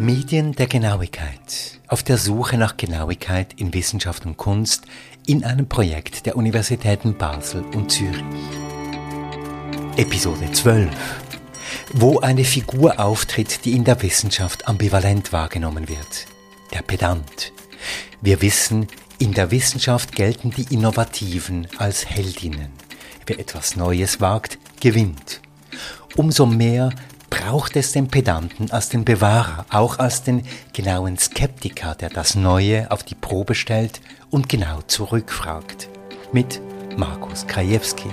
Medien der Genauigkeit. Auf der Suche nach Genauigkeit in Wissenschaft und Kunst in einem Projekt der Universitäten Basel und Zürich. Episode 12. Wo eine Figur auftritt, die in der Wissenschaft ambivalent wahrgenommen wird. Der Pedant. Wir wissen, in der Wissenschaft gelten die Innovativen als Heldinnen. Wer etwas Neues wagt, gewinnt. Umso mehr braucht es den Pedanten als den Bewahrer, auch als den genauen Skeptiker, der das Neue auf die Probe stellt und genau zurückfragt. Mit Markus Krajewski.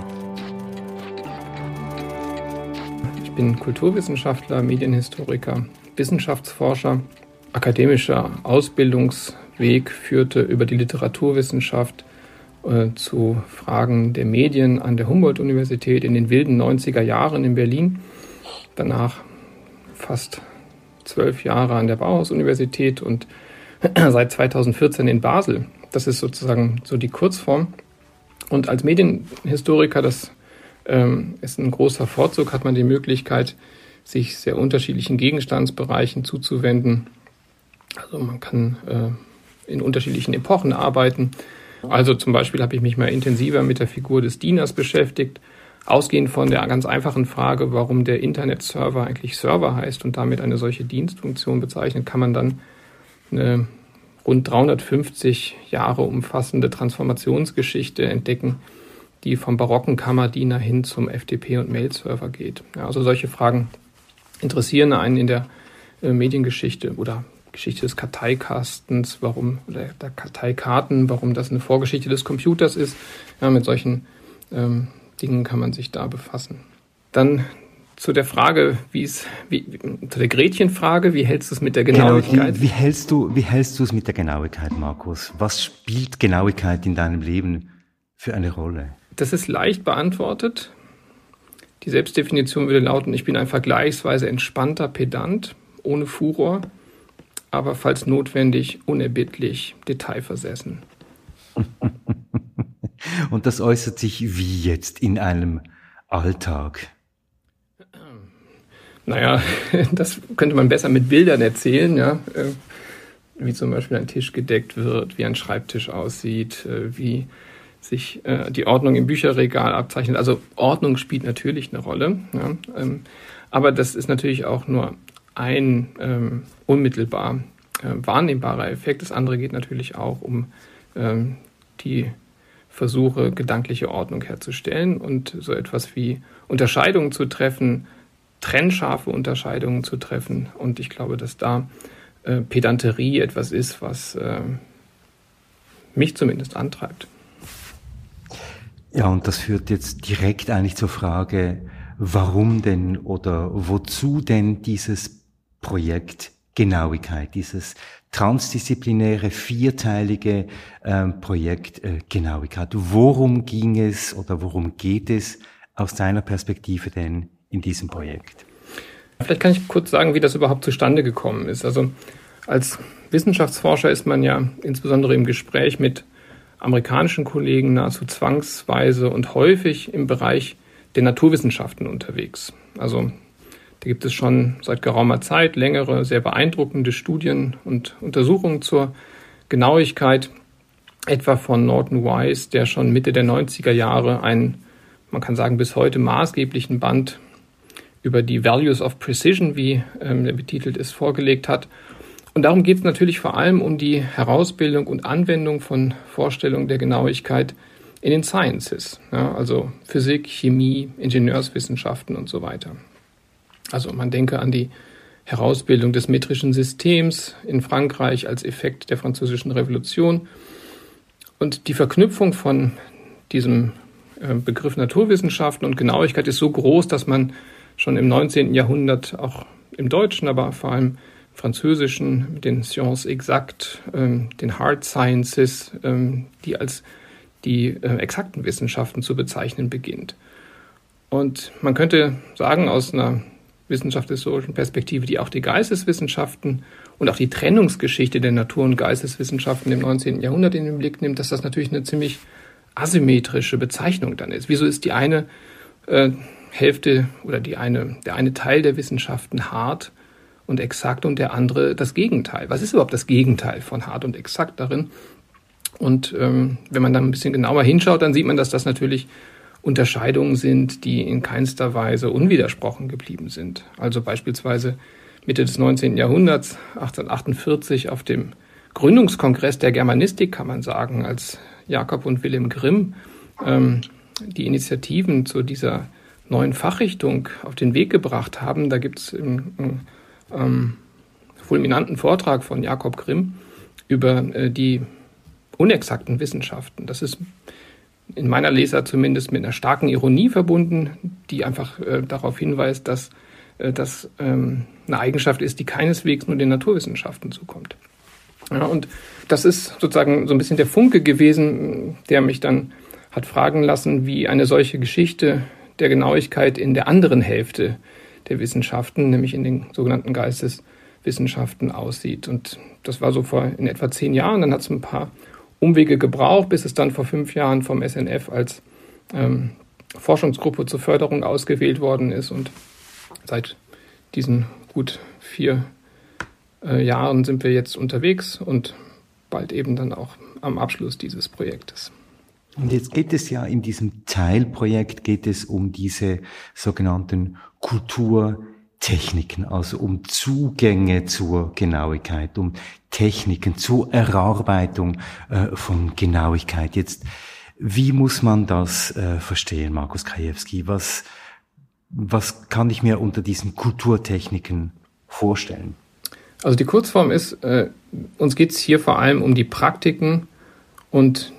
Ich bin Kulturwissenschaftler, Medienhistoriker, Wissenschaftsforscher. Akademischer Ausbildungsweg führte über die Literaturwissenschaft zu Fragen der Medien an der Humboldt-Universität in den wilden 90er Jahren in Berlin. Danach fast 12 Jahre an der Bauhaus-Universität und seit 2014 in Basel. Das ist sozusagen so die Kurzform. Und als Medienhistoriker, das ist ein großer Vorzug, hat man die Möglichkeit, sich sehr unterschiedlichen Gegenstandsbereichen zuzuwenden. Also man kann in unterschiedlichen Epochen arbeiten. Also zum Beispiel habe ich mich mal intensiver mit der Figur des Dieners beschäftigt, ausgehend von der ganz einfachen Frage, warum der Internetserver eigentlich Server heißt und damit eine solche Dienstfunktion bezeichnet, kann man dann eine rund 350 Jahre umfassende Transformationsgeschichte entdecken, die vom barocken Kammerdiener hin zum FTP- und Mail-Server geht. Ja, also solche Fragen interessieren einen in der Mediengeschichte oder Geschichte des Karteikastens, der Karteikarten, warum das eine Vorgeschichte des Computers ist. Ja, mit solchen Dingen kann man sich da befassen. Dann zu der Frage, zu der Gretchenfrage, wie hältst du es mit der Genauigkeit? Genau, wie hältst du es mit der Genauigkeit, Markus? Was spielt Genauigkeit in deinem Leben für eine Rolle? Das ist leicht beantwortet. Die Selbstdefinition würde lauten, ich bin ein vergleichsweise entspannter Pedant, ohne Furor, aber falls notwendig, unerbittlich, detailversessen. Und das äußert sich wie jetzt in einem Alltag? Naja, das könnte man besser mit Bildern erzählen, ja. Wie zum Beispiel ein Tisch gedeckt wird, wie ein Schreibtisch aussieht, wie sich die Ordnung im Bücherregal abzeichnet. Also Ordnung spielt natürlich eine Rolle, ja. Aber das ist natürlich auch nur ein unmittelbar wahrnehmbarer Effekt. Das andere geht natürlich auch um die Versuche, gedankliche Ordnung herzustellen und so etwas wie Unterscheidungen zu treffen, trennscharfe Unterscheidungen zu treffen. Und ich glaube, dass da Pedanterie etwas ist, was mich zumindest antreibt. Ja, und das führt jetzt direkt eigentlich zur Frage, warum denn oder wozu denn dieses Projekt Genauigkeit, dieses transdisziplinäre, vierteilige Projekt Genauigkeit. Worum ging es oder worum geht es aus deiner Perspektive denn in diesem Projekt? Vielleicht kann ich kurz sagen, wie das überhaupt zustande gekommen ist. Also als Wissenschaftsforscher ist man ja insbesondere im Gespräch mit amerikanischen Kollegen nahezu zwangsweise und häufig im Bereich der Naturwissenschaften unterwegs. Also da gibt es schon seit geraumer Zeit längere, sehr beeindruckende Studien und Untersuchungen zur Genauigkeit, etwa von Norton Wise, der schon Mitte der 90er Jahre einen, man kann sagen, bis heute maßgeblichen Band über die Values of Precision, wie der betitelt ist, vorgelegt hat. Und darum geht es natürlich vor allem um die Herausbildung und Anwendung von Vorstellungen der Genauigkeit in den Sciences, ja, also Physik, Chemie, Ingenieurswissenschaften und so weiter. Also man denke an die Herausbildung des metrischen Systems in Frankreich als Effekt der Französischen Revolution. Und die Verknüpfung von diesem Begriff Naturwissenschaften und Genauigkeit ist so groß, dass man schon im 19. Jahrhundert auch im Deutschen, aber vor allem im Französischen mit den Sciences Exactes, den Hard Sciences, die als die exakten Wissenschaften zu bezeichnen beginnt. Und man könnte sagen, aus einer wissenschaftshistorischen Perspektive, die auch die Geisteswissenschaften und auch die Trennungsgeschichte der Natur- und Geisteswissenschaften im 19. Jahrhundert in den Blick nimmt, dass das natürlich eine ziemlich asymmetrische Bezeichnung dann ist. Wieso ist die eine Hälfte oder der eine Teil der Wissenschaften hart und exakt und der andere das Gegenteil. Was ist überhaupt das Gegenteil von hart und exakt darin? Und wenn man dann ein bisschen genauer hinschaut, dann sieht man, dass das natürlich Unterscheidungen sind, die in keinster Weise unwidersprochen geblieben sind. Also beispielsweise Mitte des 19. Jahrhunderts, 1848, auf dem Gründungskongress der Germanistik, kann man sagen, als Jakob und Wilhelm Grimm die Initiativen zu dieser neuen Fachrichtung auf den Weg gebracht haben. Da gibt es einen fulminanten Vortrag von Jakob Grimm über die unexakten Wissenschaften. Das ist in meiner Leser zumindest mit einer starken Ironie verbunden, die einfach darauf hinweist, dass das eine Eigenschaft ist, die keineswegs nur den Naturwissenschaften zukommt. Ja, und das ist sozusagen so ein bisschen der Funke gewesen, der mich dann hat fragen lassen, wie eine solche Geschichte der Genauigkeit in der anderen Hälfte der Wissenschaften, nämlich in den sogenannten Geisteswissenschaften, aussieht. Und das war so in etwa 10 Jahren. Dann hat es ein paar Umwege gebraucht, bis es dann vor 5 Jahren vom SNF als Forschungsgruppe zur Förderung ausgewählt worden ist. Und seit diesen gut 4 Jahren sind wir jetzt unterwegs und bald eben dann auch am Abschluss dieses Projektes. Und jetzt geht es ja in diesem Teilprojekt um diese sogenannten Kulturtechniken, also um Zugänge zur Genauigkeit, um Techniken zur Erarbeitung von Genauigkeit. Jetzt, wie muss man das verstehen, Markus Krajewski? Was kann ich mir unter diesen Kulturtechniken vorstellen? Also die Kurzform ist, uns geht es hier vor allem um die Praktiken und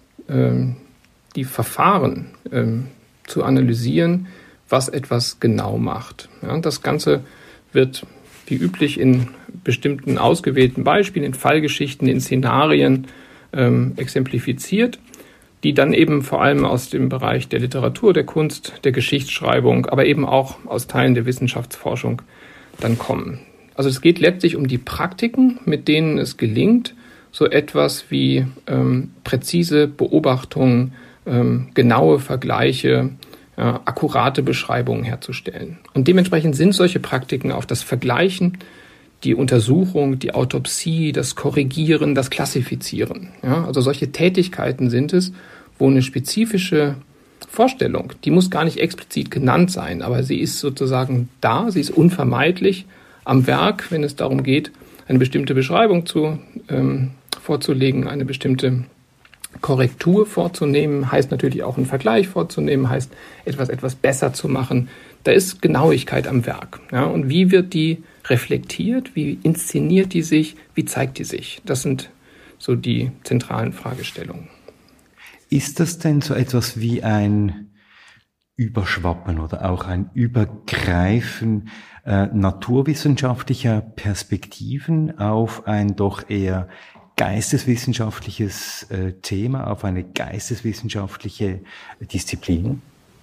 die Verfahren zu analysieren, was etwas genau macht. Ja, das Ganze wird wie üblich in bestimmten ausgewählten Beispielen, in Fallgeschichten, in Szenarien exemplifiziert, die dann eben vor allem aus dem Bereich der Literatur, der Kunst, der Geschichtsschreibung, aber eben auch aus Teilen der Wissenschaftsforschung dann kommen. Also es geht letztlich um die Praktiken, mit denen es gelingt, so etwas wie präzise Beobachtungen, genaue Vergleiche, akkurate Beschreibungen herzustellen. Und dementsprechend sind solche Praktiken auch das Vergleichen, die Untersuchung, die Autopsie, das Korrigieren, das Klassifizieren. Ja, also solche Tätigkeiten sind es, wo eine spezifische Vorstellung, die muss gar nicht explizit genannt sein, aber sie ist sozusagen da, sie ist unvermeidlich am Werk, wenn es darum geht, eine bestimmte Beschreibung vorzulegen, eine bestimmte Korrektur vorzunehmen, heißt natürlich auch einen Vergleich vorzunehmen, heißt etwas besser zu machen. Da ist Genauigkeit am Werk. Ja, und wie wird die reflektiert? Wie inszeniert die sich? Wie zeigt die sich? Das sind so die zentralen Fragestellungen. Ist das denn so etwas wie ein Überschwappen oder auch ein Übergreifen naturwissenschaftlicher Perspektiven auf ein doch eher geisteswissenschaftliches Thema, auf eine geisteswissenschaftliche Disziplin?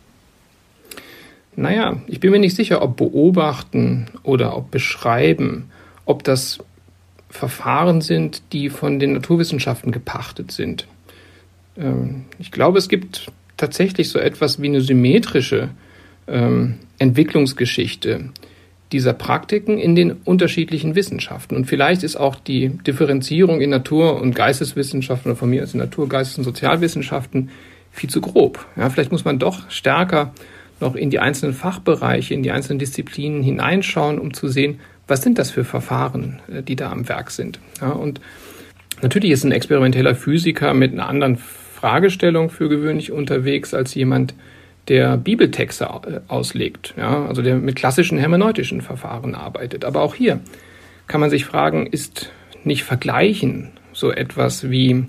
Naja, ich bin mir nicht sicher, ob Beobachten oder ob Beschreiben, ob das Verfahren sind, die von den Naturwissenschaften gepachtet sind. Ich glaube, es gibt tatsächlich so etwas wie eine symmetrische Entwicklungsgeschichte dieser Praktiken in den unterschiedlichen Wissenschaften. Und vielleicht ist auch die Differenzierung in Natur- und Geisteswissenschaften oder von mir aus in Natur-, Geistes- und Sozialwissenschaften viel zu grob. Ja, vielleicht muss man doch stärker noch in die einzelnen Fachbereiche, in die einzelnen Disziplinen hineinschauen, um zu sehen, was sind das für Verfahren, die da am Werk sind. Ja, und natürlich ist ein experimenteller Physiker mit einer anderen Fragestellung für gewöhnlich unterwegs als jemand, der Bibeltexte auslegt, ja, also der mit klassischen hermeneutischen Verfahren arbeitet. Aber auch hier kann man sich fragen, ist nicht Vergleichen so etwas wie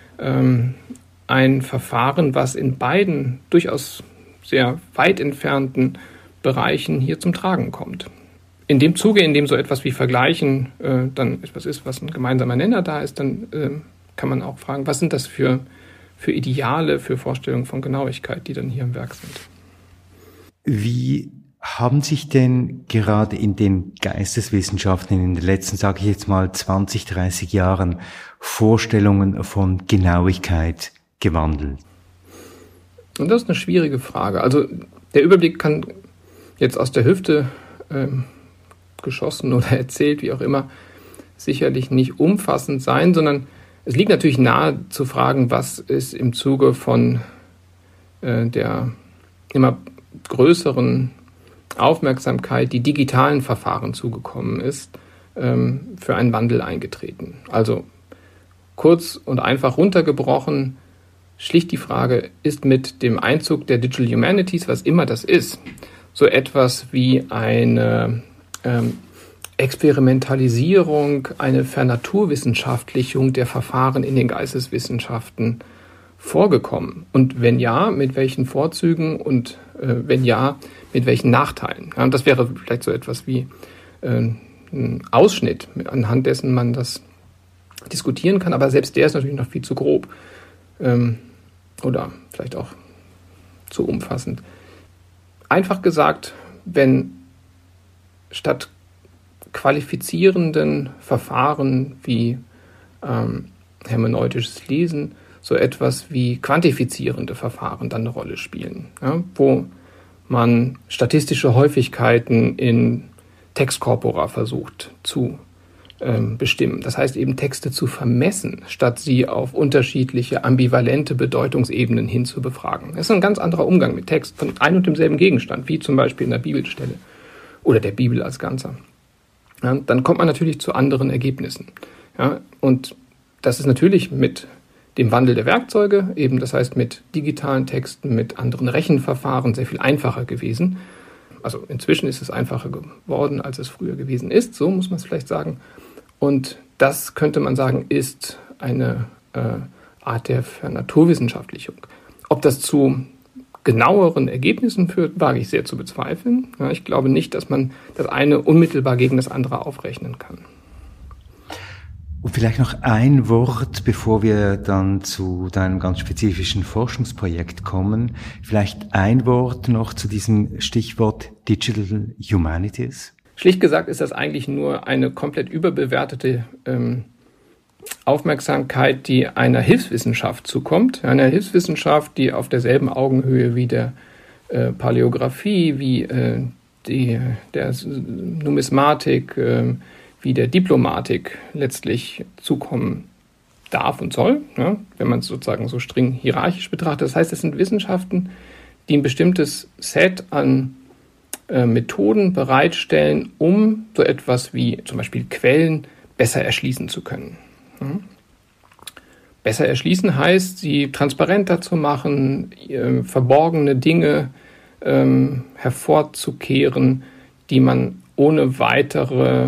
ein Verfahren, was in beiden durchaus sehr weit entfernten Bereichen hier zum Tragen kommt. In dem Zuge, in dem so etwas wie Vergleichen dann etwas ist, was ein gemeinsamer Nenner da ist, dann kann man auch fragen, was sind das für Ideale, für Vorstellungen von Genauigkeit, die dann hier im Werk sind. Wie haben sich denn gerade in den Geisteswissenschaften in den letzten, sage ich jetzt mal, 20, 30 Jahren Vorstellungen von Genauigkeit gewandelt? Und das ist eine schwierige Frage. Also der Überblick kann jetzt aus der Hüfte geschossen oder erzählt, wie auch immer, sicherlich nicht umfassend sein, sondern es liegt natürlich nahe zu fragen, was ist im Zuge von der immer größeren Aufmerksamkeit, die digitalen Verfahren zugekommen ist, für einen Wandel eingetreten. Also kurz und einfach runtergebrochen, schlicht die Frage, ist mit dem Einzug der Digital Humanities, was immer das ist, so etwas wie eine Experimentalisierung, eine Vernaturwissenschaftlichung der Verfahren in den Geisteswissenschaften vorgekommen? Und wenn ja, mit welchen Vorzügen und wenn ja, mit welchen Nachteilen? Ja, und das wäre vielleicht so etwas wie ein Ausschnitt, anhand dessen man das diskutieren kann, aber selbst der ist natürlich noch viel zu grob oder vielleicht auch zu umfassend. Einfach gesagt, wenn statt qualifizierenden Verfahren wie hermeneutisches Lesen so etwas wie quantifizierende Verfahren dann eine Rolle spielen, ja, wo man statistische Häufigkeiten in Textkorpora versucht zu bestimmen. Das heißt eben Texte zu vermessen, statt sie auf unterschiedliche ambivalente Bedeutungsebenen hin zu befragen. Das ist ein ganz anderer Umgang mit Text von ein und demselben Gegenstand, wie zum Beispiel in der Bibelstelle oder der Bibel als Ganzer. Ja, dann kommt man natürlich zu anderen Ergebnissen. Ja, und das ist natürlich mit dem Wandel der Werkzeuge, eben das heißt mit digitalen Texten, mit anderen Rechenverfahren sehr viel einfacher gewesen. Also inzwischen ist es einfacher geworden, als es früher gewesen ist, so muss man es vielleicht sagen. Und das könnte man sagen, ist eine Art der Vernaturwissenschaftlichung. Ob das zu genaueren Ergebnissen führt, wage ich sehr zu bezweifeln. Ja, ich glaube nicht, dass man das eine unmittelbar gegen das andere aufrechnen kann. Und vielleicht noch ein Wort, bevor wir dann zu deinem ganz spezifischen Forschungsprojekt kommen. Vielleicht ein Wort noch zu diesem Stichwort Digital Humanities. Schlicht gesagt ist das eigentlich nur eine komplett überbewertete Aufmerksamkeit, die einer Hilfswissenschaft zukommt. Einer Hilfswissenschaft, die auf derselben Augenhöhe wie der Paläographie, wie der Numismatik, wie der Diplomatik letztlich zukommen darf und soll, ja, wenn man es sozusagen so streng hierarchisch betrachtet. Das heißt, es sind Wissenschaften, die ein bestimmtes Set an Methoden bereitstellen, um so etwas wie zum Beispiel Quellen besser erschließen zu können. Ja. Besser erschließen heißt, sie transparenter zu machen, verborgene Dinge hervorzukehren, die man ohne weitere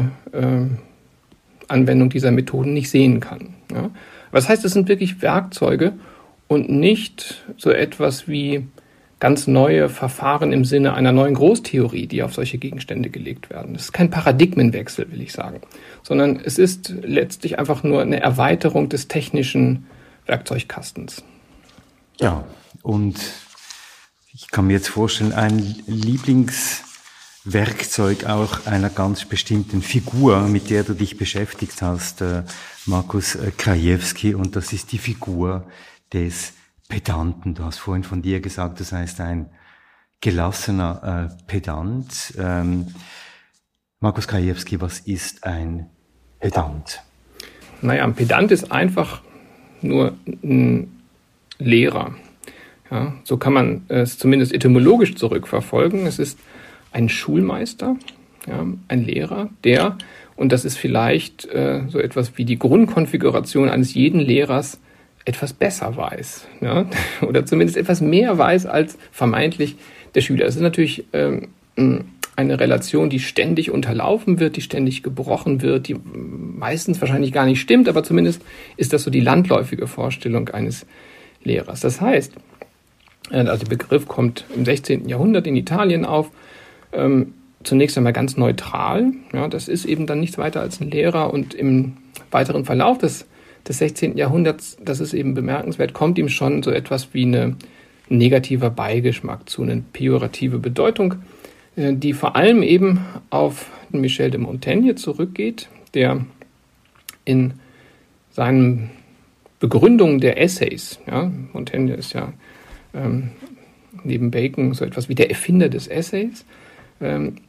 Anwendung dieser Methoden nicht sehen kann. Ja. Aber das heißt, es sind wirklich Werkzeuge und nicht so etwas wie ganz neue Verfahren im Sinne einer neuen Großtheorie, die auf solche Gegenstände gelegt werden. Das ist kein Paradigmenwechsel, will ich sagen, sondern es ist letztlich einfach nur eine Erweiterung des technischen Werkzeugkastens. Ja, und ich kann mir jetzt vorstellen, ein Lieblingswerkzeug auch einer ganz bestimmten Figur, mit der du dich beschäftigt hast, Markus Krajewski, und das ist die Figur des Pedanten. Du hast vorhin von dir gesagt, du seist ein gelassener Pedant. Markus Krajewski, was ist ein Pedant? Naja, ein Pedant ist einfach nur ein Lehrer. Ja, so kann man es zumindest etymologisch zurückverfolgen. Es ist ein Schulmeister, ja, ein Lehrer, der, und das ist vielleicht so etwas wie die Grundkonfiguration eines jeden Lehrers, etwas besser weiß, ja, oder zumindest etwas mehr weiß als vermeintlich der Schüler. Es ist natürlich eine Relation, die ständig unterlaufen wird, die ständig gebrochen wird, die meistens wahrscheinlich gar nicht stimmt, aber zumindest ist das so die landläufige Vorstellung eines Lehrers. Das heißt, also der Begriff kommt im 16. Jahrhundert in Italien auf, zunächst einmal ganz neutral. Ja, das ist eben dann nichts weiter als ein Lehrer, und im weiteren Verlauf des 16. Jahrhunderts, das ist eben bemerkenswert, kommt ihm schon so etwas wie ein negativer Beigeschmack zu, eine pejorative Bedeutung, die vor allem eben auf Michel de Montaigne zurückgeht, der in seinen Begründungen der Essays, ja, Montaigne ist ja neben Bacon so etwas wie der Erfinder des Essays,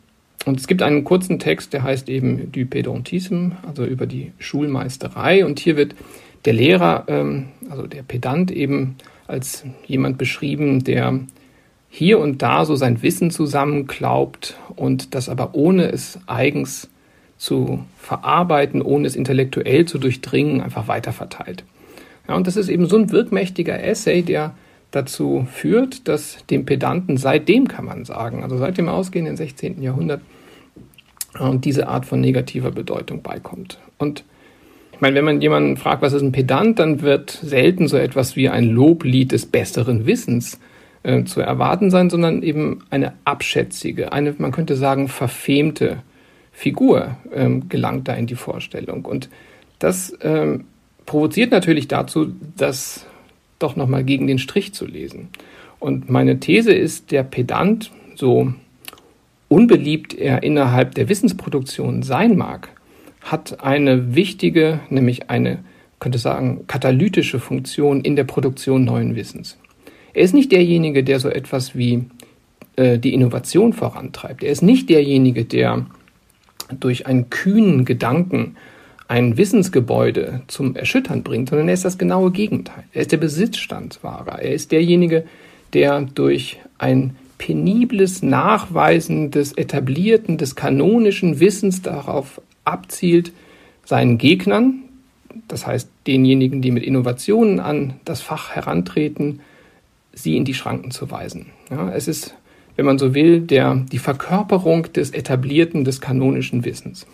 Und es gibt einen kurzen Text, der heißt eben du Pedantisme, also über die Schulmeisterei. Und hier wird der Lehrer, also der Pedant eben als jemand beschrieben, der hier und da so sein Wissen zusammenklaubt und das aber ohne es eigens zu verarbeiten, ohne es intellektuell zu durchdringen, einfach weiterverteilt. Ja, und das ist eben so ein wirkmächtiger Essay, der dazu führt, dass dem Pedanten seitdem, kann man sagen, also seit dem ausgehenden 16. Jahrhundert, diese Art von negativer Bedeutung beikommt. Und ich meine, wenn man jemanden fragt, was ist ein Pedant, dann wird selten so etwas wie ein Loblied des besseren Wissens zu erwarten sein, sondern eben eine abschätzige, eine, man könnte sagen, verfemte Figur gelangt da in die Vorstellung. Und das provoziert natürlich dazu, das doch nochmal gegen den Strich zu lesen. Und meine These ist, der Pedant, so unbeliebt er innerhalb der Wissensproduktion sein mag, hat eine wichtige, nämlich eine, könnte sagen, katalytische Funktion in der Produktion neuen Wissens. Er ist nicht derjenige, der so etwas wie die Innovation vorantreibt. Er ist nicht derjenige, der durch einen kühnen Gedanken ein Wissensgebäude zum Erschüttern bringt, sondern er ist das genaue Gegenteil. Er ist der Besitzstandswahrer. Er ist derjenige, der durch ein penibles Nachweisen des etablierten, des kanonischen Wissens darauf abzielt, seinen Gegnern, das heißt denjenigen, die mit Innovationen an das Fach herantreten, sie in die Schranken zu weisen. Ja, es ist, wenn man so will, die Verkörperung des etablierten, des kanonischen Wissens.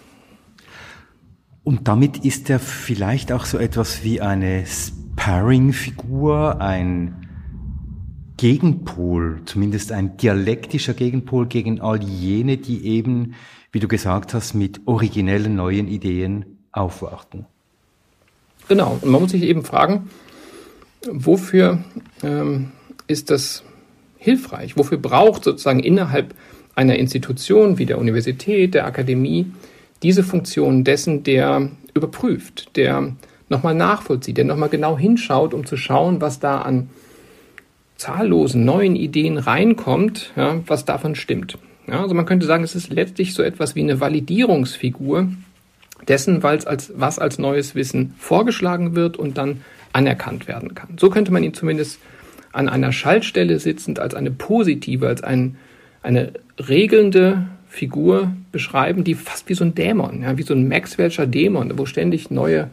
Und damit ist er vielleicht auch so etwas wie eine Sparring-Figur, ein Gegenpol, zumindest ein dialektischer Gegenpol gegen all jene, die eben, wie du gesagt hast, mit originellen neuen Ideen aufwarten. Genau, und man muss sich eben fragen, wofür ist das hilfreich? Wofür braucht sozusagen innerhalb einer Institution wie der Universität, der Akademie, diese Funktion dessen, der überprüft, der nochmal nachvollzieht, der nochmal genau hinschaut, um zu schauen, was da an zahllosen neuen Ideen reinkommt, ja, was davon stimmt. Ja, also man könnte sagen, es ist letztlich so etwas wie eine Validierungsfigur dessen, was als neues Wissen vorgeschlagen wird und dann anerkannt werden kann. So könnte man ihn zumindest an einer Schaltstelle sitzend als eine positive, als eine regelnde Figur beschreiben, die fast wie so ein Dämon, ja, wie so ein Maxwell'scher Dämon, wo ständig neue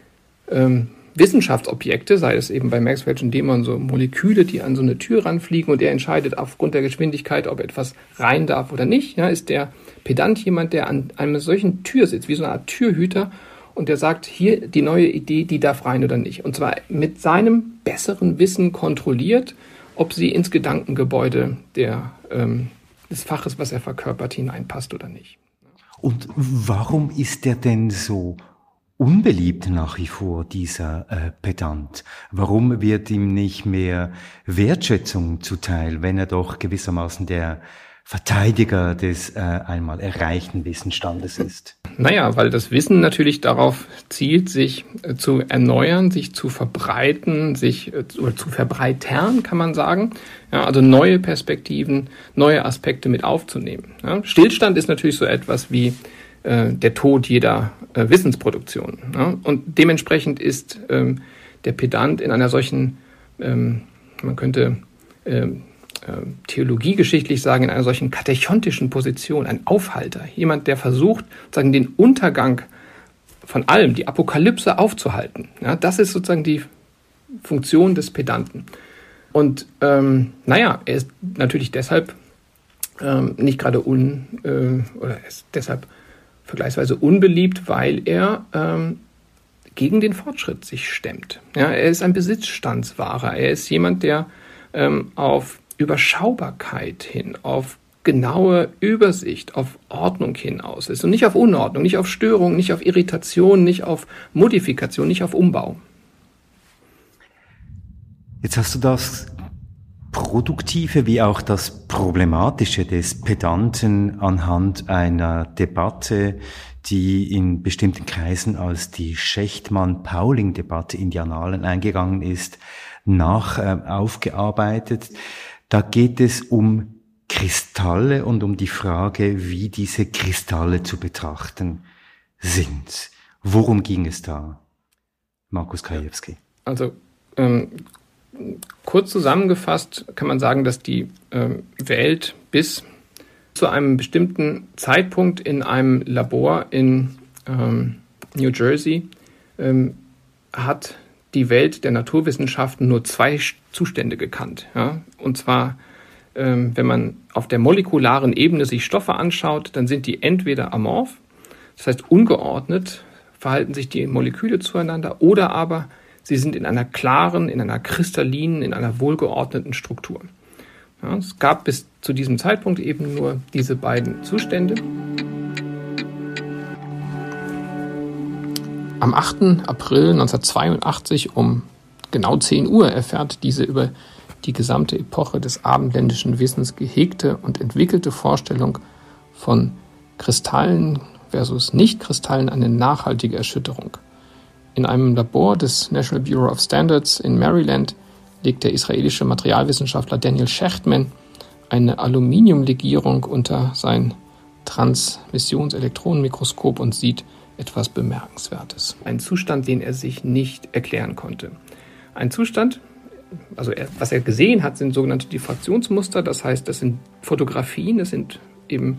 Wissenschaftsobjekte, sei es eben bei Maxwell'schen Dämon so Moleküle, die an so eine Tür ranfliegen und er entscheidet aufgrund der Geschwindigkeit, ob etwas rein darf oder nicht. Ja, ist der Pedant jemand, der an einer solchen Tür sitzt, wie so eine Art Türhüter, und der sagt, hier die neue Idee, die darf rein oder nicht. Und zwar mit seinem besseren Wissen kontrolliert, ob sie ins Gedankengebäude des Faches, was er verkörpert, hineinpasst oder nicht. Und warum ist der denn so unbeliebt nach wie vor, dieser Pedant? Warum wird ihm nicht mehr Wertschätzung zuteil, wenn er doch gewissermaßen der Verteidiger des einmal erreichten Wissensstandes ist? Naja, weil das Wissen natürlich darauf zielt, sich zu erneuern, sich zu verbreiten, oder zu verbreitern, kann man sagen. Ja, also neue Perspektiven, neue Aspekte mit aufzunehmen. Ja, Stillstand ist natürlich so etwas wie der Tod jeder Wissensproduktion. Ja? Und dementsprechend ist der Pedant in einer solchen, man könnte theologiegeschichtlich sagen, in einer solchen katechontischen Position, ein Aufhalter, jemand, der versucht, sozusagen den Untergang von allem, die Apokalypse aufzuhalten. Ja? Das ist sozusagen die Funktion des Pedanten. Und er ist natürlich deshalb nicht gerade oder ist deshalb vergleichsweise unbeliebt, weil er gegen den Fortschritt sich stemmt. Ja, er ist ein Besitzstandswahrer. Er ist jemand, der auf Überschaubarkeit hin, auf genaue Übersicht, auf Ordnung hinaus ist und nicht auf Unordnung, nicht auf Störung, nicht auf Irritation, nicht auf Modifikation, nicht auf Umbau. Jetzt hast du das Produktive wie auch das Problematische des Pedanten anhand einer Debatte, die in bestimmten Kreisen als die Schechtmann-Pauling-Debatte in die Annalen eingegangen ist, aufgearbeitet. Da geht es um Kristalle und um die Frage, wie diese Kristalle zu betrachten sind. Worum ging es da, Markus Krajewski? Also kurz zusammengefasst kann man sagen, dass die Welt bis zu einem bestimmten Zeitpunkt in einem Labor in New Jersey hat die Welt der Naturwissenschaften nur zwei Zustände gekannt. Ja? Und zwar, wenn man auf der molekularen Ebene sich Stoffe anschaut, dann sind die entweder amorph, das heißt ungeordnet verhalten sich die Moleküle zueinander, oder aber sie sind in einer klaren, in einer kristallinen, in einer wohlgeordneten Struktur. Ja, es gab bis zu diesem Zeitpunkt eben nur diese beiden Zustände. Am 8. April 1982 um genau 10 Uhr erfährt diese über die gesamte Epoche des abendländischen Wissens gehegte und entwickelte Vorstellung von Kristallen versus Nicht-Kristallen eine nachhaltige Erschütterung. In einem Labor des National Bureau of Standards in Maryland legt der israelische Materialwissenschaftler Daniel Shechtman eine Aluminiumlegierung unter sein Transmissionselektronenmikroskop und sieht etwas Bemerkenswertes. Ein Zustand, den er sich nicht erklären konnte. Ein Zustand, also was er gesehen hat, sind sogenannte Diffraktionsmuster, das heißt, das sind Fotografien, das sind eben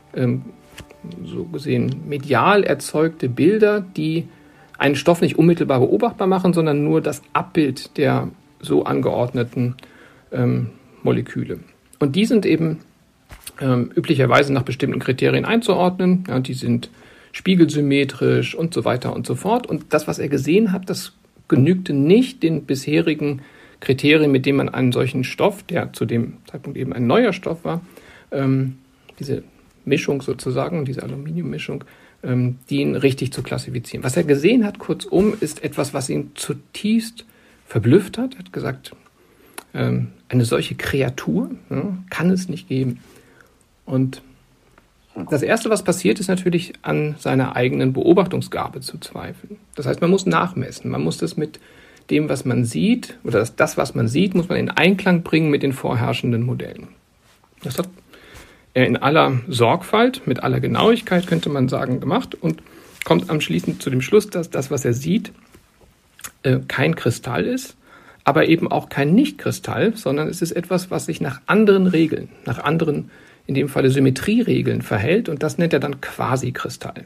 so gesehen medial erzeugte Bilder, die einen Stoff nicht unmittelbar beobachtbar machen, sondern nur das Abbild der so angeordneten Moleküle. Und die sind eben üblicherweise nach bestimmten Kriterien einzuordnen. Ja, die sind spiegelsymmetrisch und so weiter und so fort. Und das, was er gesehen hat, das genügte nicht den bisherigen Kriterien, mit denen man einen solchen Stoff, der zu dem Zeitpunkt eben ein neuer Stoff war, diese Mischung sozusagen, diese Aluminiummischung, den richtig zu klassifizieren. Was er gesehen hat, kurzum, ist etwas, was ihn zutiefst verblüfft hat. Er hat gesagt, eine solche Kreatur kann es nicht geben. Und das Erste, was passiert, ist natürlich, an seiner eigenen Beobachtungsgabe zu zweifeln. Das heißt, man muss nachmessen. Man muss das mit dem, was man sieht, oder das, was man sieht, muss man in Einklang bringen mit den vorherrschenden Modellen. Das hat er in aller Sorgfalt, mit aller Genauigkeit, könnte man sagen, gemacht und kommt anschließend zu dem Schluss, dass das, was er sieht, kein Kristall ist, aber eben auch kein Nicht-Kristall, sondern es ist etwas, was sich nach anderen Regeln, nach anderen, in dem Falle Symmetrieregeln verhält, und das nennt er dann Quasikristall.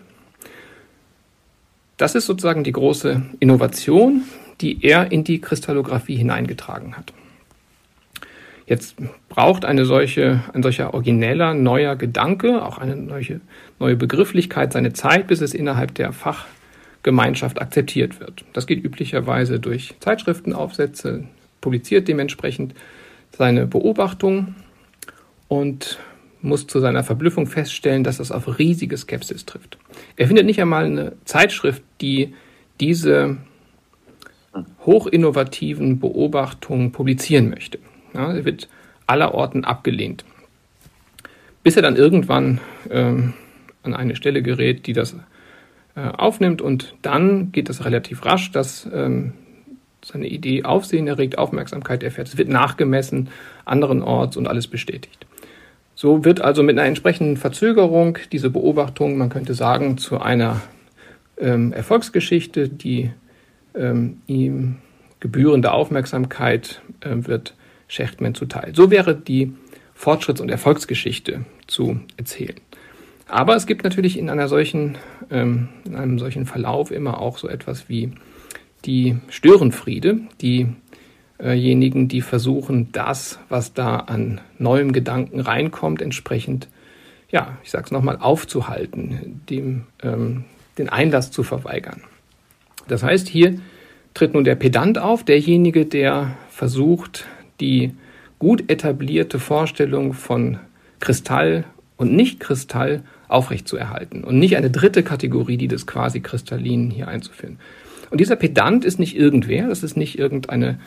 Das ist sozusagen die große Innovation, die er in die Kristallographie hineingetragen hat. Jetzt braucht ein solcher origineller, neuer Gedanke, auch eine neue Begrifflichkeit, seine Zeit, bis es innerhalb der Fachgemeinschaft akzeptiert wird. Das geht üblicherweise durch Zeitschriftenaufsätze, publiziert dementsprechend seine Beobachtung und muss zu seiner Verblüffung feststellen, dass das auf riesige Skepsis trifft. Er findet nicht einmal eine Zeitschrift, die diese hochinnovativen Beobachtungen publizieren möchte. Ja, er wird allerorten abgelehnt, bis er dann irgendwann an eine Stelle gerät, die das aufnimmt, und dann geht es relativ rasch, dass seine Idee Aufsehen erregt, Aufmerksamkeit erfährt. Es wird nachgemessen, anderenorts, und alles bestätigt. So wird also mit einer entsprechenden Verzögerung diese Beobachtung, man könnte sagen, zu einer Erfolgsgeschichte, die ihm gebührende Aufmerksamkeit wird Shechtman zuteil. So wäre die Fortschritts- und Erfolgsgeschichte zu erzählen. Aber es gibt natürlich in einem solchen Verlauf immer auch so etwas wie die Störenfriede, diejenigen, die versuchen, das, was da an neuem Gedanken reinkommt, entsprechend, ja, ich sage es nochmal, aufzuhalten, dem den Einlass zu verweigern. Das heißt, hier tritt nun der Pedant auf, derjenige, der versucht, die gut etablierte Vorstellung von Kristall und Nicht-Kristall aufrechtzuerhalten und nicht eine dritte Kategorie, die des Quasi-Kristallinen, hier einzuführen. Und dieser Pedant ist nicht irgendwer, das ist nicht irgendeine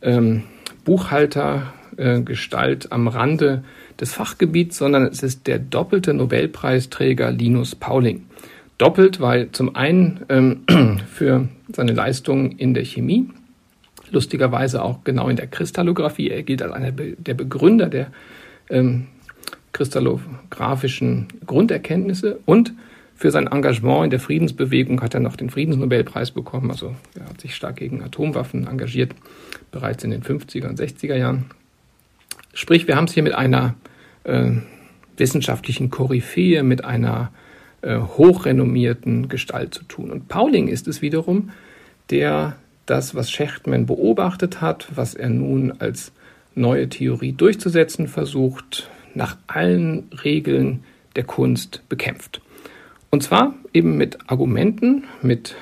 Buchhaltergestalt am Rande des Fachgebiets, sondern es ist der doppelte Nobelpreisträger Linus Pauling. Doppelt, weil zum einen für seine Leistungen in der Chemie, lustigerweise auch genau in der Kristallographie, er gilt als einer der Begründer der kristallographischen Grunderkenntnisse, und für sein Engagement in der Friedensbewegung hat er noch den Friedensnobelpreis bekommen. Also er hat sich stark gegen Atomwaffen engagiert, bereits in den 50er und 60er Jahren. Sprich, wir haben es hier mit einer wissenschaftlichen Koryphäe, mit einer hochrenommierten Gestalt zu tun. Und Pauling ist es wiederum, der das, was Shechtman beobachtet hat, was er nun als neue Theorie durchzusetzen versucht, nach allen Regeln der Kunst bekämpft. Und zwar eben mit Argumenten, mit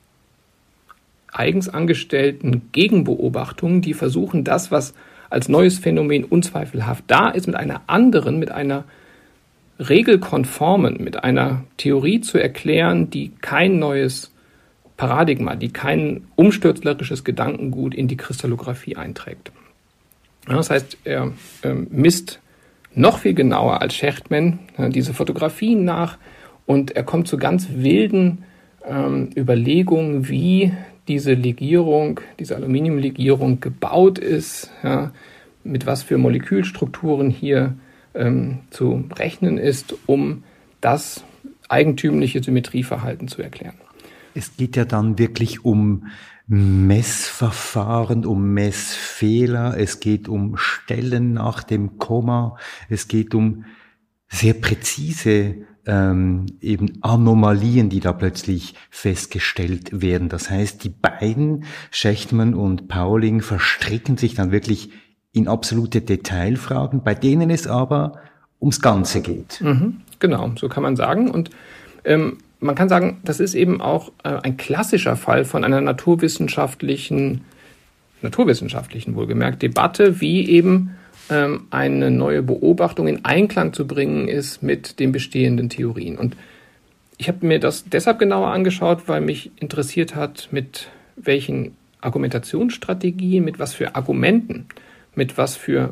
eigens angestellten Gegenbeobachtungen, die versuchen, das, was als neues Phänomen unzweifelhaft da ist, mit einer anderen, mit einer regelkonformen, mit einer Theorie zu erklären, die kein neues Paradigma, die kein umstürzlerisches Gedankengut in die Kristallographie einträgt. Ja, das heißt, er misst noch viel genauer als Shechtman diese Fotografien nach, und er kommt zu ganz wilden Überlegungen, wie diese Legierung, diese Aluminiumlegierung gebaut ist, ja, mit was für Molekülstrukturen hier zu rechnen ist, um das eigentümliche Symmetrieverhalten zu erklären. Es geht ja dann wirklich um Messverfahren, um Messfehler, es geht um Stellen nach dem Komma, es geht um sehr präzise eben Anomalien, die da plötzlich festgestellt werden. Das heißt, die beiden, Shechtman und Pauling, verstricken sich dann wirklich in absolute Detailfragen, bei denen es aber ums Ganze geht. Genau, so kann man sagen. Und man kann sagen, das ist eben auch ein klassischer Fall von einer naturwissenschaftlichen wohlgemerkt, Debatte, wie eben eine neue Beobachtung in Einklang zu bringen ist mit den bestehenden Theorien. Und ich habe mir das deshalb genauer angeschaut, weil mich interessiert hat, mit welchen Argumentationsstrategien, mit was für Argumenten, mit was für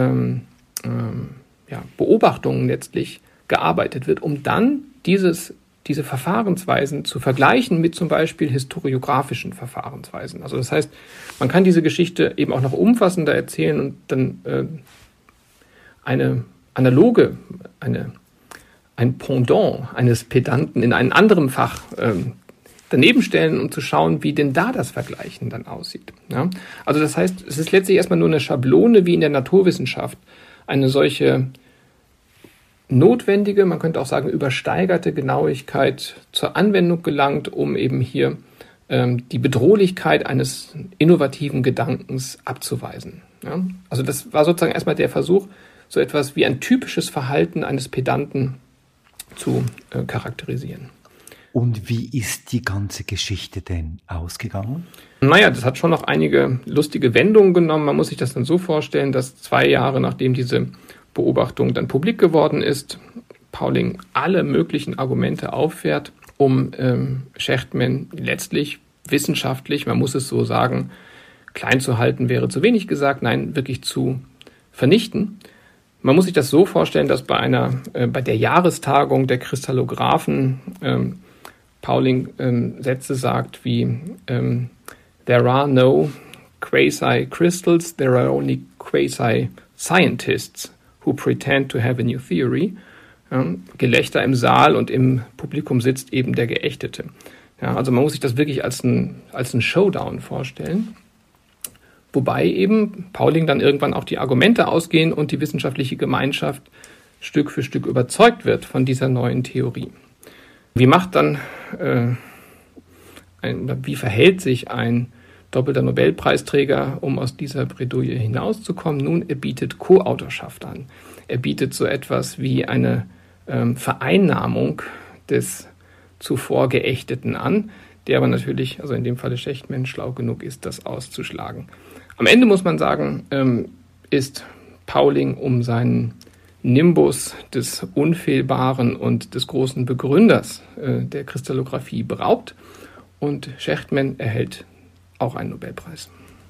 Beobachtungen letztlich gearbeitet wird, um dann diese Verfahrensweisen zu vergleichen mit zum Beispiel historiografischen Verfahrensweisen. Also das heißt, man kann diese Geschichte eben auch noch umfassender erzählen und dann ein Pendant eines Pedanten in einem anderen Fach daneben stellen, um zu schauen, wie denn da das Vergleichen dann aussieht. Ja? Also das heißt, es ist letztlich erstmal nur eine Schablone, wie in der Naturwissenschaft eine solche notwendige, man könnte auch sagen übersteigerte Genauigkeit zur Anwendung gelangt, um eben hier die Bedrohlichkeit eines innovativen Gedankens abzuweisen. Ja? Also das war sozusagen erstmal der Versuch, so etwas wie ein typisches Verhalten eines Pedanten zu charakterisieren. Und wie ist die ganze Geschichte denn ausgegangen? Naja, das hat schon noch einige lustige Wendungen genommen. Man muss sich das dann so vorstellen, dass 2 Jahre nachdem diese Beobachtung dann publik geworden ist, Pauling alle möglichen Argumente auffährt, um Shechtman letztlich wissenschaftlich, man muss es so sagen, klein zu halten wäre zu wenig gesagt, nein, wirklich zu vernichten. Man muss sich das so vorstellen, dass bei der Jahrestagung der Kristallographen Pauling Sätze sagt wie There are no quasi-crystals, there are only quasi-scientists who pretend to have a new theory. Ja, Gelächter im Saal und im Publikum sitzt eben der Geächtete. Ja, also man muss sich das wirklich als ein Showdown vorstellen. Wobei eben Pauling dann irgendwann auch die Argumente ausgehen und die wissenschaftliche Gemeinschaft Stück für Stück überzeugt wird von dieser neuen Theorie. Wie verhält sich ein doppelter Nobelpreisträger, um aus dieser Bredouille hinauszukommen? Nun, er bietet Co-Autorschaft an. Er bietet so etwas wie eine Vereinnahmung des zuvor Geächteten an, der aber natürlich, also in dem Falle Shechtman, schlau genug ist, das auszuschlagen. Am Ende muss man sagen, ist Pauling um seinen Nimbus des Unfehlbaren und des großen Begründers der Kristallographie beraubt, und Shechtman erhält auch einen Nobelpreis.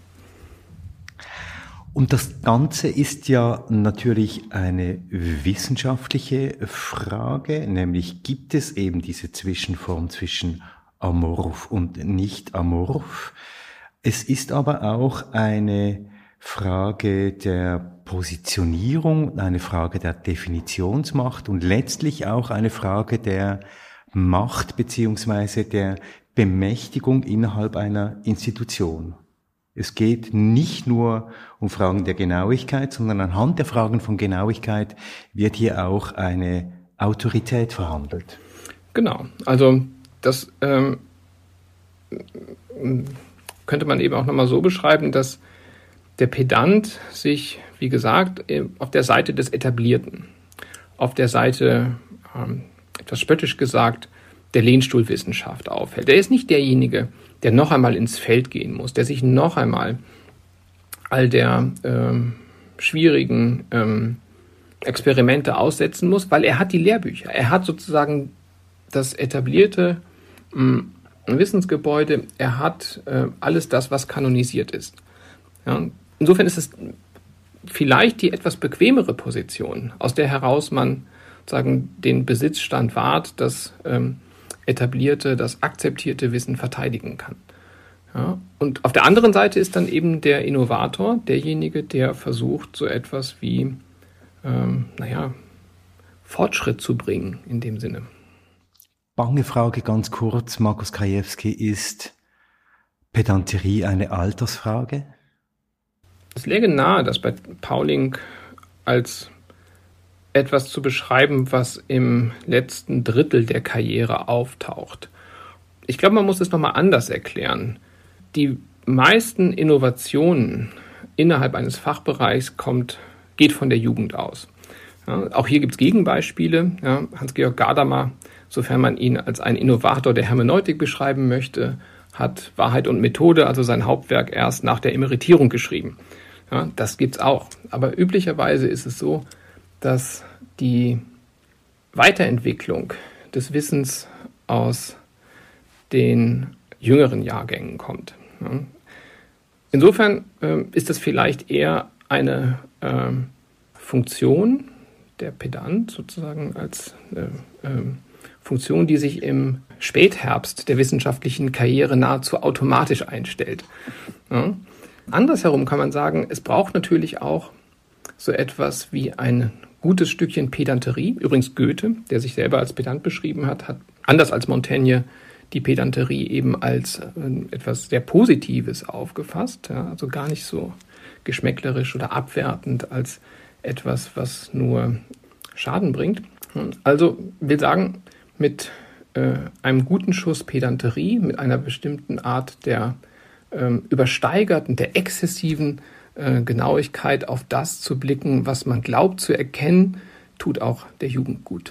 Und das Ganze ist ja natürlich eine wissenschaftliche Frage, nämlich gibt es eben diese Zwischenform zwischen amorph und nicht amorph. Es ist aber auch eine Frage der Positionierung, eine Frage der Definitionsmacht und letztlich auch eine Frage der Macht beziehungsweise der Bemächtigung innerhalb einer Institution. Es geht nicht nur um Fragen der Genauigkeit, sondern anhand der Fragen von Genauigkeit wird hier auch eine Autorität verhandelt. Genau, also das könnte man eben auch nochmal so beschreiben, dass der Pedant sich, wie gesagt, auf der Seite des Etablierten, auf der Seite, etwas spöttisch gesagt, der Lehnstuhlwissenschaft aufhält. Er ist nicht derjenige, der noch einmal ins Feld gehen muss, der sich noch einmal all der schwierigen Experimente aussetzen muss, weil er hat die Lehrbücher. Er hat sozusagen das etablierte Wissensgebäude, er hat alles das, was kanonisiert ist. Ja, insofern ist es vielleicht die etwas bequemere Position, aus der heraus man sozusagen den Besitzstand wahrt, das etablierte, das akzeptierte Wissen verteidigen kann. Ja, und auf der anderen Seite ist dann eben der Innovator, derjenige, der versucht, so etwas wie Fortschritt zu bringen in dem Sinne. Bange Frage ganz kurz, Markus Krajewski, ist Pedanterie eine Altersfrage? Es läge nahe, das bei Pauling als etwas zu beschreiben, was im letzten Drittel der Karriere auftaucht. Ich glaube, man muss es nochmal anders erklären. Die meisten Innovationen innerhalb eines Fachbereichs geht von der Jugend aus. Ja, auch hier gibt es Gegenbeispiele. Ja, Hans-Georg Gadamer, sofern man ihn als einen Innovator der Hermeneutik beschreiben möchte, hat Wahrheit und Methode, also sein Hauptwerk, erst nach der Emeritierung geschrieben. Ja, das gibt's auch. Aber üblicherweise ist es so, dass die Weiterentwicklung des Wissens aus den jüngeren Jahrgängen kommt. Ja. Insofern ist das vielleicht eher eine Funktion, der Pedant sozusagen als Funktion, die sich im Spätherbst der wissenschaftlichen Karriere nahezu automatisch einstellt. Ja. Andersherum kann man sagen, es braucht natürlich auch so etwas wie ein gutes Stückchen Pedanterie. Übrigens Goethe, der sich selber als Pedant beschrieben hat, hat anders als Montaigne die Pedanterie eben als etwas sehr Positives aufgefasst, ja, also gar nicht so geschmäcklerisch oder abwertend als etwas, was nur Schaden bringt. Also will sagen, mit einem guten Schuss Pedanterie, mit einer bestimmten Art der übersteigerten, der exzessiven Genauigkeit auf das zu blicken, was man glaubt zu erkennen, tut auch der Jugend gut.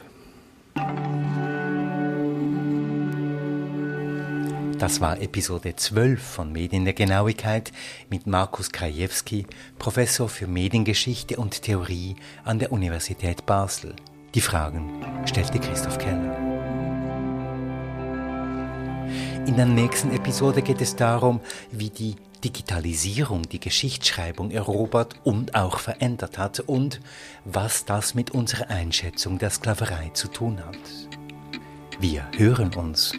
Das war Episode 12 von Medien der Genauigkeit mit Markus Krajewski, Professor für Mediengeschichte und Theorie an der Universität Basel. Die Fragen stellte Christoph Keller. In der nächsten Episode geht es darum, wie die Digitalisierung die Geschichtsschreibung erobert und auch verändert hat und was das mit unserer Einschätzung der Sklaverei zu tun hat. Wir hören uns.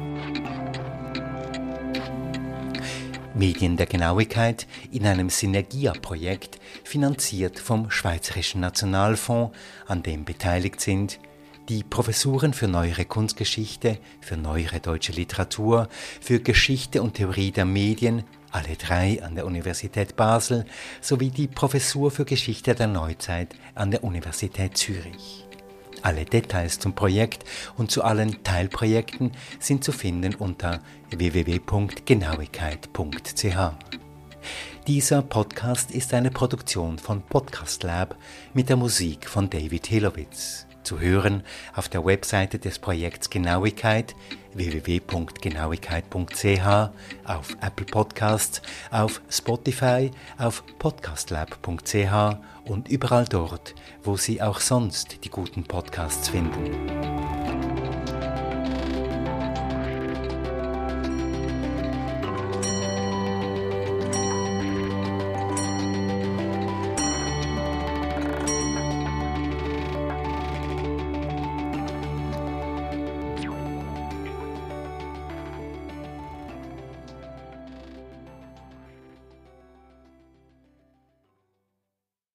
Medien der Genauigkeit in einem Synergia-Projekt, finanziert vom Schweizerischen Nationalfonds, an dem beteiligt sind die Professuren für Neuere Kunstgeschichte, für Neuere Deutsche Literatur, für Geschichte und Theorie der Medien, alle drei an der Universität Basel, sowie die Professur für Geschichte der Neuzeit an der Universität Zürich. Alle Details zum Projekt und zu allen Teilprojekten sind zu finden unter www.genauigkeit.ch. Dieser Podcast ist eine Produktion von Podcast Lab mit der Musik von David Hilowitz. Zu hören auf der Webseite des Projekts Genauigkeit www.genauigkeit.ch, auf Apple Podcasts, auf Spotify, auf podcastlab.ch und überall dort, wo Sie auch sonst die guten Podcasts finden.